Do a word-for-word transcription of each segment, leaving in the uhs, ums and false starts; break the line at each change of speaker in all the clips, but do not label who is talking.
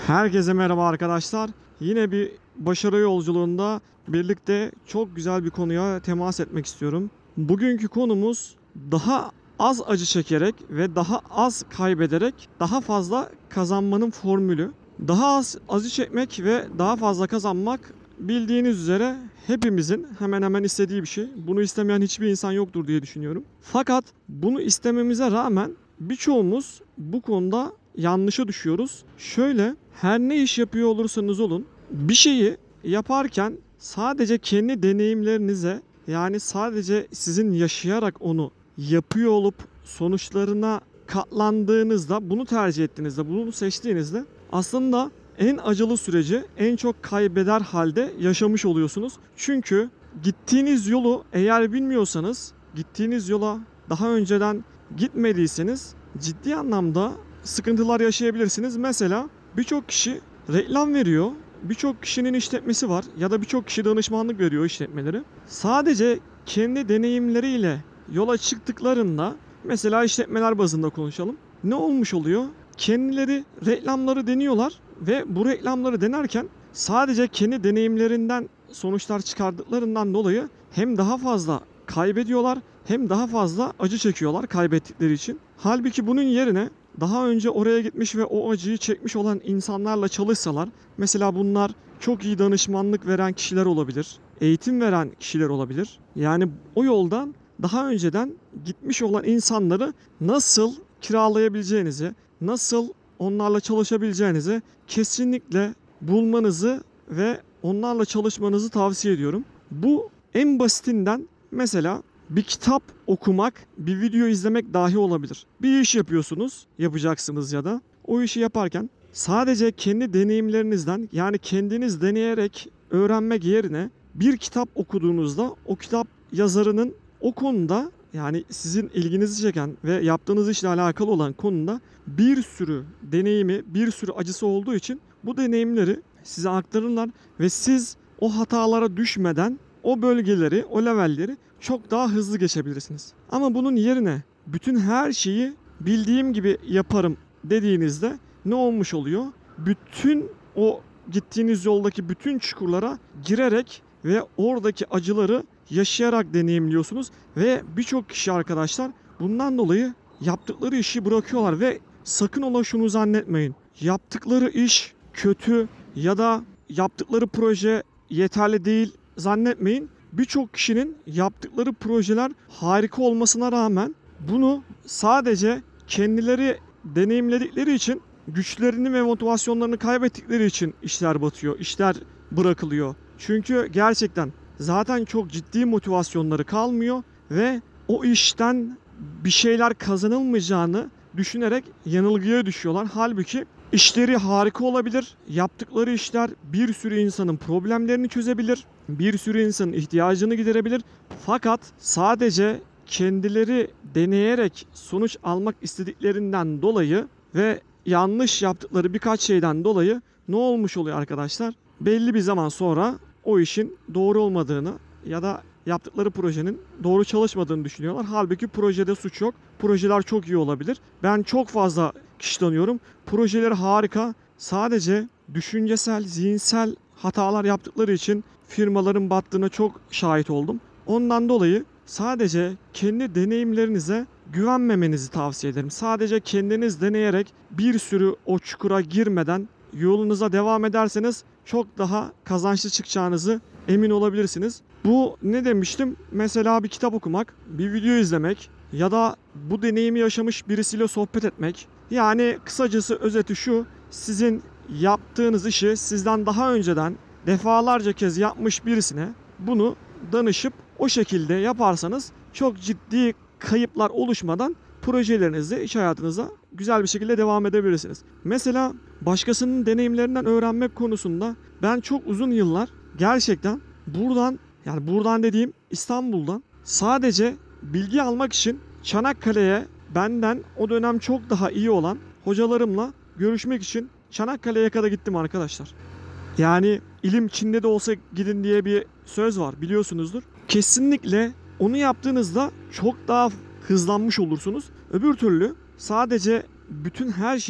Herkese merhaba arkadaşlar. Yine bir başarı yolculuğunda birlikte çok güzel bir konuya temas etmek istiyorum. Bugünkü konumuz daha az acı çekerek ve daha az kaybederek daha fazla kazanmanın formülü. Daha az acı çekmek ve daha fazla kazanmak bildiğiniz üzere hepimizin hemen hemen istediği bir şey. Bunu istemeyen hiçbir insan yoktur diye düşünüyorum. Fakat bunu istememize rağmen birçoğumuz bu konuda yanlışa düşüyoruz. Şöyle, her ne iş yapıyor olursanız olun, bir şeyi yaparken sadece kendi deneyimlerinize, yani sadece sizin yaşayarak onu yapıyor olup sonuçlarına katlandığınızda, bunu tercih ettiğinizde, bunu seçtiğinizde aslında en acılı süreci en çok kaybeder halde yaşamış oluyorsunuz. Çünkü gittiğiniz yolu eğer bilmiyorsanız, gittiğiniz yola daha önceden gitmediyseniz ciddi anlamda sıkıntılar yaşayabilirsiniz. Mesela birçok kişi reklam veriyor. Birçok kişinin işletmesi var ya da birçok kişi danışmanlık veriyor işletmeleri. Sadece kendi deneyimleriyle yola çıktıklarında, mesela işletmeler bazında konuşalım. Ne olmuş oluyor? Kendileri reklamları deniyorlar ve bu reklamları denerken sadece kendi deneyimlerinden sonuçlar çıkardıklarından dolayı hem daha fazla kaybediyorlar hem daha fazla acı çekiyorlar kaybettikleri için. Halbuki bunun yerine daha önce oraya gitmiş ve o acıyı çekmiş olan insanlarla çalışsalar, mesela bunlar çok iyi danışmanlık veren kişiler olabilir, eğitim veren kişiler olabilir. Yani o yoldan daha önceden gitmiş olan insanları nasıl kiralayabileceğinizi, nasıl onlarla çalışabileceğinizi kesinlikle bulmanızı ve onlarla çalışmanızı tavsiye ediyorum. Bu en basitinden mesela bir kitap okumak, bir video izlemek dahi olabilir. Bir iş yapıyorsunuz, yapacaksınız ya da o işi yaparken sadece kendi deneyimlerinizden, yani kendiniz deneyerek öğrenmek yerine bir kitap okuduğunuzda o kitap yazarının o konuda, yani sizin ilginizi çeken ve yaptığınız işle alakalı olan konuda bir sürü deneyimi, bir sürü acısı olduğu için bu deneyimleri size aktarırlar ve siz o hatalara düşmeden o bölgeleri, o levelleri çok daha hızlı geçebilirsiniz. Ama bunun yerine bütün her şeyi bildiğim gibi yaparım dediğinizde ne olmuş oluyor? Bütün o gittiğiniz yoldaki bütün çukurlara girerek ve oradaki acıları yaşayarak deneyimliyorsunuz ve birçok kişi arkadaşlar bundan dolayı yaptıkları işi bırakıyorlar ve sakın ola şunu zannetmeyin. Yaptıkları iş kötü ya da yaptıkları proje yeterli değil zannetmeyin. Birçok kişinin yaptıkları projeler harika olmasına rağmen bunu sadece kendileri deneyimledikleri için, güçlerini ve motivasyonlarını kaybettikleri için işler batıyor, işler bırakılıyor. Çünkü gerçekten zaten çok ciddi motivasyonları kalmıyor ve o işten bir şeyler kazanılmayacağını düşünerek yanılgıya düşüyorlar. Halbuki işleri harika olabilir. Yaptıkları işler bir sürü insanın problemlerini çözebilir. Bir sürü insanın ihtiyacını giderebilir. Fakat sadece kendileri deneyerek sonuç almak istediklerinden dolayı ve yanlış yaptıkları birkaç şeyden dolayı ne olmuş oluyor arkadaşlar? Belli bir zaman sonra o işin doğru olmadığını ya da yaptıkları projenin doğru çalışmadığını düşünüyorlar. Halbuki projede suç yok. Projeler çok iyi olabilir. Ben çok fazla kişi tanıyorum. Projeleri harika. Sadece düşüncesel, zihinsel hatalar yaptıkları için firmaların battığına çok şahit oldum. Ondan dolayı sadece kendi deneyimlerinize güvenmemenizi tavsiye ederim. Sadece kendiniz deneyerek bir sürü o çukura girmeden yolunuza devam ederseniz çok daha kazançlı çıkacağınızı emin olabilirsiniz. Bu ne demiştim? Mesela bir kitap okumak, bir video izlemek ya da bu deneyimi yaşamış birisiyle sohbet etmek. Yani kısacası özeti şu: sizin yaptığınız işi sizden daha önceden defalarca kez yapmış birisine bunu danışıp o şekilde yaparsanız çok ciddi kayıplar oluşmadan projelerinizde, iş hayatınıza güzel bir şekilde devam edebilirsiniz. Mesela başkasının deneyimlerinden öğrenmek konusunda ben çok uzun yıllar gerçekten buradan, yani buradan dediğim İstanbul'dan sadece bilgi almak için Çanakkale'ye, benden o dönem çok daha iyi olan hocalarımla görüşmek için Çanakkale'ye kadar gittim arkadaşlar. Yani ilim Çin'de de olsa gidin diye bir söz var, biliyorsunuzdur. Kesinlikle onu yaptığınızda çok daha hızlanmış olursunuz. Öbür türlü sadece bütün her şeyi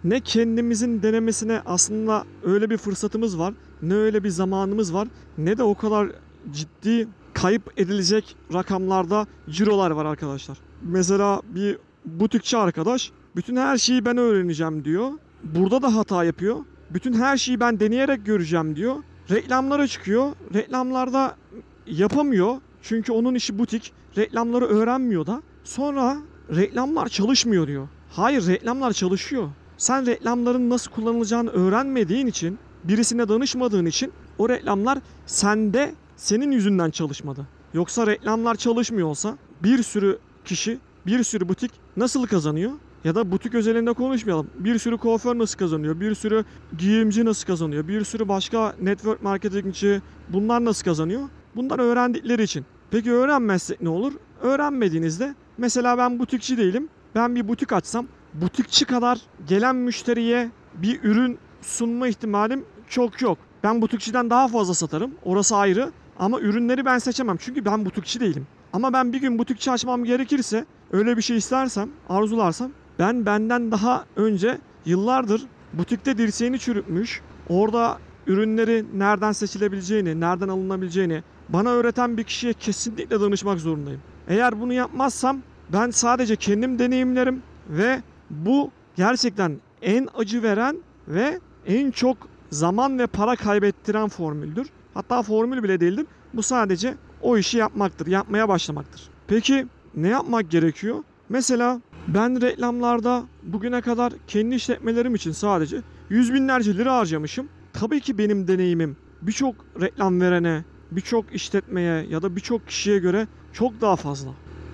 ne kendimizin denemesine aslında öyle bir fırsatımız var, ne öyle bir zamanımız var, ne de o kadar ciddi kayıp edilecek rakamlarda cirolar var arkadaşlar. Mesela bir butikçi arkadaş bütün her şeyi ben öğreneceğim diyor. Burada da hata yapıyor. Bütün her şeyi ben deneyerek göreceğim diyor. Reklamlara çıkıyor. Reklamlarda yapamıyor. Çünkü onun işi butik. Reklamları öğrenmiyor da. Sonra reklamlar çalışmıyor diyor. Hayır, reklamlar çalışıyor. Sen reklamların nasıl kullanılacağını öğrenmediğin için, birisine danışmadığın için o reklamlar sende, senin yüzünden çalışmadı. Yoksa reklamlar çalışmıyor olsa bir sürü kişi, bir sürü butik nasıl kazanıyor? Ya da butik özelinde konuşmayalım. Bir sürü kuaför nasıl kazanıyor? Bir sürü giyimci nasıl kazanıyor? Bir sürü başka network marketingçi, bunlar nasıl kazanıyor? Bunlar öğrendikleri için. Peki öğrenmezsek ne olur? Öğrenmediğinizde, mesela ben butikçi değilim. Ben bir butik açsam, butikçi kadar gelen müşteriye bir ürün sunma ihtimalim çok yok. Ben butikçiden daha fazla satarım. Orası ayrı. Ama ürünleri ben seçemem. Çünkü ben butikçi değilim. Ama ben bir gün butikçi açmam gerekirse, öyle bir şey istersem, arzularsam, ben benden daha önce yıllardır butikte dirseğini çürütmüş, orada ürünleri nereden seçilebileceğini, nereden alınabileceğini bana öğreten bir kişiye kesinlikle danışmak zorundayım. Eğer bunu yapmazsam ben sadece kendim deneyimlerim ve bu gerçekten en acı veren ve en çok zaman ve para kaybettiren formüldür. Hatta formül bile değildir. Bu sadece o işi yapmaktır, yapmaya başlamaktır. Peki ne yapmak gerekiyor? Mesela ben reklamlarda bugüne kadar kendi işletmelerim için sadece yüz binlerce lira harcamışım. Tabii ki benim deneyimim birçok reklam verene, birçok işletmeye ya da birçok kişiye göre çok daha fazla.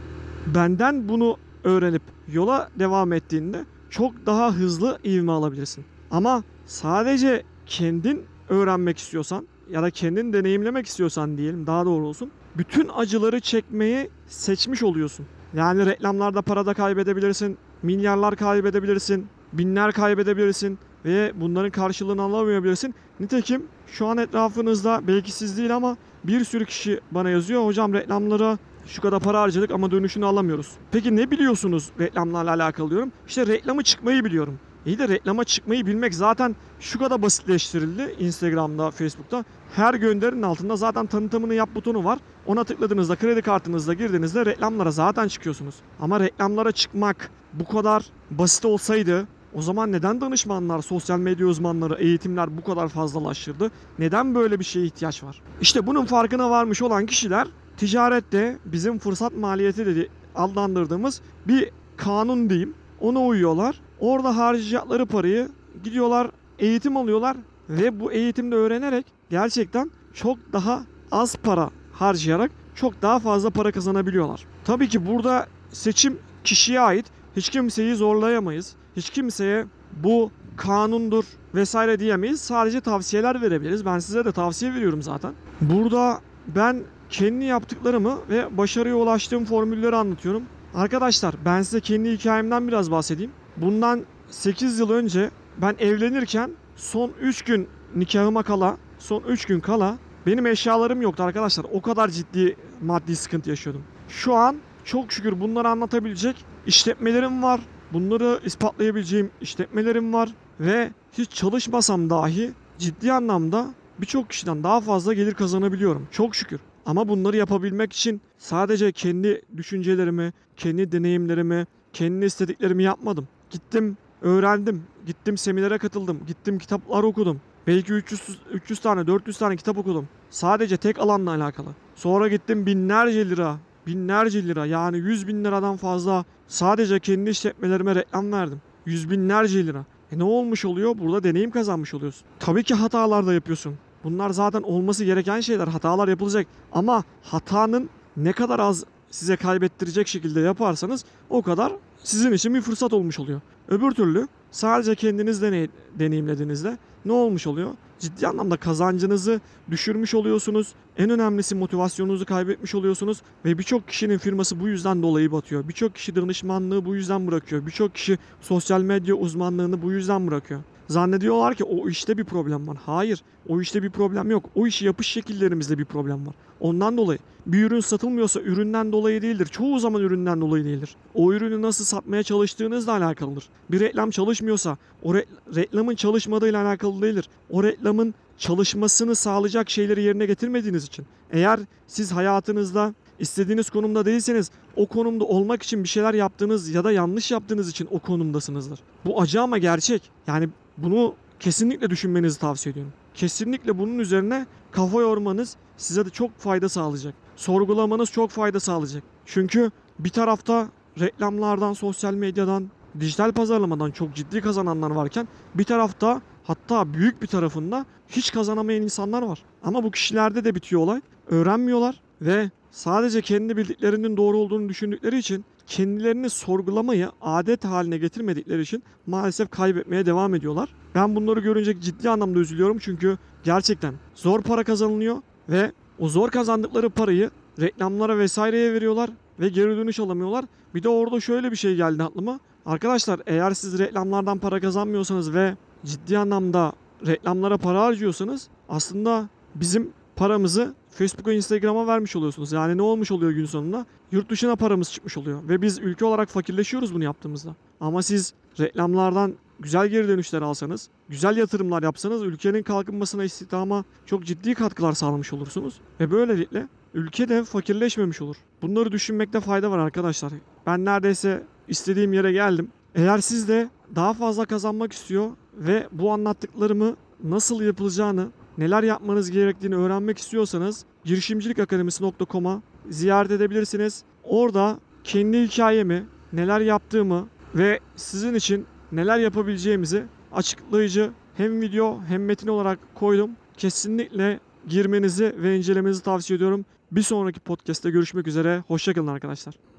Benden bunu öğrenip yola devam ettiğinde çok daha hızlı ivme alabilirsin. Ama sadece kendin öğrenmek istiyorsan ya da kendin deneyimlemek istiyorsan diyelim, daha doğru olsun, bütün acıları çekmeyi seçmiş oluyorsun. Yani reklamlarda para da kaybedebilirsin, milyarlar kaybedebilirsin, binler kaybedebilirsin ve bunların karşılığını alamayabilirsin. Nitekim şu an etrafınızda, belki siz değil ama bir sürü kişi bana yazıyor. Hocam reklamlara şu kadar para harcadık ama dönüşünü alamıyoruz. Peki ne biliyorsunuz reklamlarla alakalı diyorum. İşte reklamı çıkmayı biliyorum. İyi de reklama çıkmayı bilmek zaten şu kadar basitleştirildi Instagram'da, Facebook'ta. Her gönderinin altında zaten tanıtımını yap butonu var. Ona tıkladığınızda, kredi kartınızla girdiğinizde reklamlara zaten çıkıyorsunuz. Ama reklamlara çıkmak bu kadar basit olsaydı, o zaman neden danışmanlar, sosyal medya uzmanları, eğitimler bu kadar fazlalaştırdı? Neden böyle bir şeye ihtiyaç var? İşte bunun farkına varmış olan kişiler ticarette bizim fırsat maliyeti dedi adlandırdığımız bir kanun diyeyim, ona uyuyorlar. Orada harcayacakları parayı gidiyorlar, eğitim alıyorlar ve bu eğitimde öğrenerek gerçekten çok daha az para harcayarak çok daha fazla para kazanabiliyorlar. Tabii ki burada seçim kişiye ait. Hiç kimseyi zorlayamayız. Hiç kimseye bu kanundur vesaire diyemeyiz. Sadece tavsiyeler verebiliriz. Ben size de tavsiye veriyorum zaten. Burada ben kendi yaptıklarımı ve başarıya ulaştığım formülleri anlatıyorum. Arkadaşlar, ben size kendi hikayemden biraz bahsedeyim. Bundan sekiz yıl önce ben evlenirken son üç gün nikahıma kala, son üç gün kala benim eşyalarım yoktu arkadaşlar. O kadar ciddi maddi sıkıntı yaşıyordum. Şu an çok şükür bunları anlatabilecek işletmelerim var. Bunları ispatlayabileceğim işletmelerim var. Ve hiç çalışmasam dahi ciddi anlamda birçok kişiden daha fazla gelir kazanabiliyorum. Çok şükür. Ama bunları yapabilmek için sadece kendi düşüncelerimi, kendi deneyimlerimi, kendi istediklerimi yapmadım. Gittim, öğrendim. Gittim seminere katıldım. Gittim kitaplar okudum. Belki üç yüz, üç yüz tane, dört yüz tane kitap okudum. Sadece tek alanla alakalı. Sonra gittim binlerce lira, binlerce lira yani yüz bin liradan fazla sadece kendi işletmelerime reklam verdim. Yüz binlerce lira. E ne olmuş oluyor? Burada deneyim kazanmış oluyorsun. Tabii ki hatalar da yapıyorsun. Bunlar zaten olması gereken şeyler. Hatalar yapılacak. Ama hatanın ne kadar az size kaybettirecek şekilde yaparsanız o kadar sizin için bir fırsat olmuş oluyor. Öbür türlü sadece kendiniz deney- deneyimlediğinizde ne olmuş oluyor? Ciddi anlamda kazancınızı düşürmüş oluyorsunuz. En önemlisi motivasyonunuzu kaybetmiş oluyorsunuz. Ve birçok kişinin firması bu yüzden dolayı batıyor. Birçok kişi danışmanlığı bu yüzden bırakıyor. Birçok kişi sosyal medya uzmanlığını bu yüzden bırakıyor. Zannediyorlar ki o işte bir problem var. Hayır, o işte bir problem yok. O işi yapış şekillerimizde bir problem var. Ondan dolayı bir ürün satılmıyorsa üründen dolayı değildir. Çoğu zaman üründen dolayı değildir. O ürünü nasıl satmaya çalıştığınızla alakalıdır. Bir reklam çalışmıyorsa o re- reklamın çalışmadığıyla alakalı değildir. O reklamın çalışmasını sağlayacak şeyleri yerine getirmediğiniz için. Eğer siz hayatınızda istediğiniz konumda değilseniz o konumda olmak için bir şeyler yaptığınız ya da yanlış yaptığınız için o konumdasınızdır. Bu acı ama gerçek. Yani bunu kesinlikle düşünmenizi tavsiye ediyorum. Kesinlikle bunun üzerine kafa yormanız size de çok fayda sağlayacak. Sorgulamanız çok fayda sağlayacak. Çünkü bir tarafta reklamlardan, sosyal medyadan, dijital pazarlamadan çok ciddi kazananlar varken bir tarafta, hatta büyük bir tarafında hiç kazanamayan insanlar var. Ama bu kişilerde de bitiyor olay. Öğrenmiyorlar ve sadece kendi bildiklerinin doğru olduğunu düşündükleri için, kendilerini sorgulamayı adet haline getirmedikleri için maalesef kaybetmeye devam ediyorlar. Ben bunları görünce ciddi anlamda üzülüyorum çünkü gerçekten zor para kazanılıyor ve o zor kazandıkları parayı reklamlara vesaireye veriyorlar ve geri dönüş alamıyorlar. Bir de orada şöyle bir şey geldi aklıma. Arkadaşlar, eğer siz reklamlardan para kazanmıyorsanız ve ciddi anlamda reklamlara para harcıyorsanız aslında bizim paramızı Facebook'a, Instagram'a vermiş oluyorsunuz. Yani ne olmuş oluyor gün sonunda? Yurt dışına paramız çıkmış oluyor. Ve biz ülke olarak fakirleşiyoruz bunu yaptığımızda. Ama siz reklamlardan güzel geri dönüşler alsanız, güzel yatırımlar yapsanız ülkenin kalkınmasına, istihdama çok ciddi katkılar sağlamış olursunuz. Ve böylelikle ülke de fakirleşmemiş olur. Bunları düşünmekte fayda var arkadaşlar. Ben neredeyse istediğim yere geldim. Eğer siz de daha fazla kazanmak istiyor ve bu anlattıklarımı nasıl yapılacağını, neler yapmanız gerektiğini öğrenmek istiyorsanız girişimcilik akademisi nokta com'a ziyaret edebilirsiniz. Orada kendi hikayemi, neler yaptığımı ve sizin için neler yapabileceğimizi açıklayıcı hem video hem metin olarak koydum. Kesinlikle girmenizi ve incelemenizi tavsiye ediyorum. Bir sonraki podcast'te görüşmek üzere. Hoşça kalın arkadaşlar.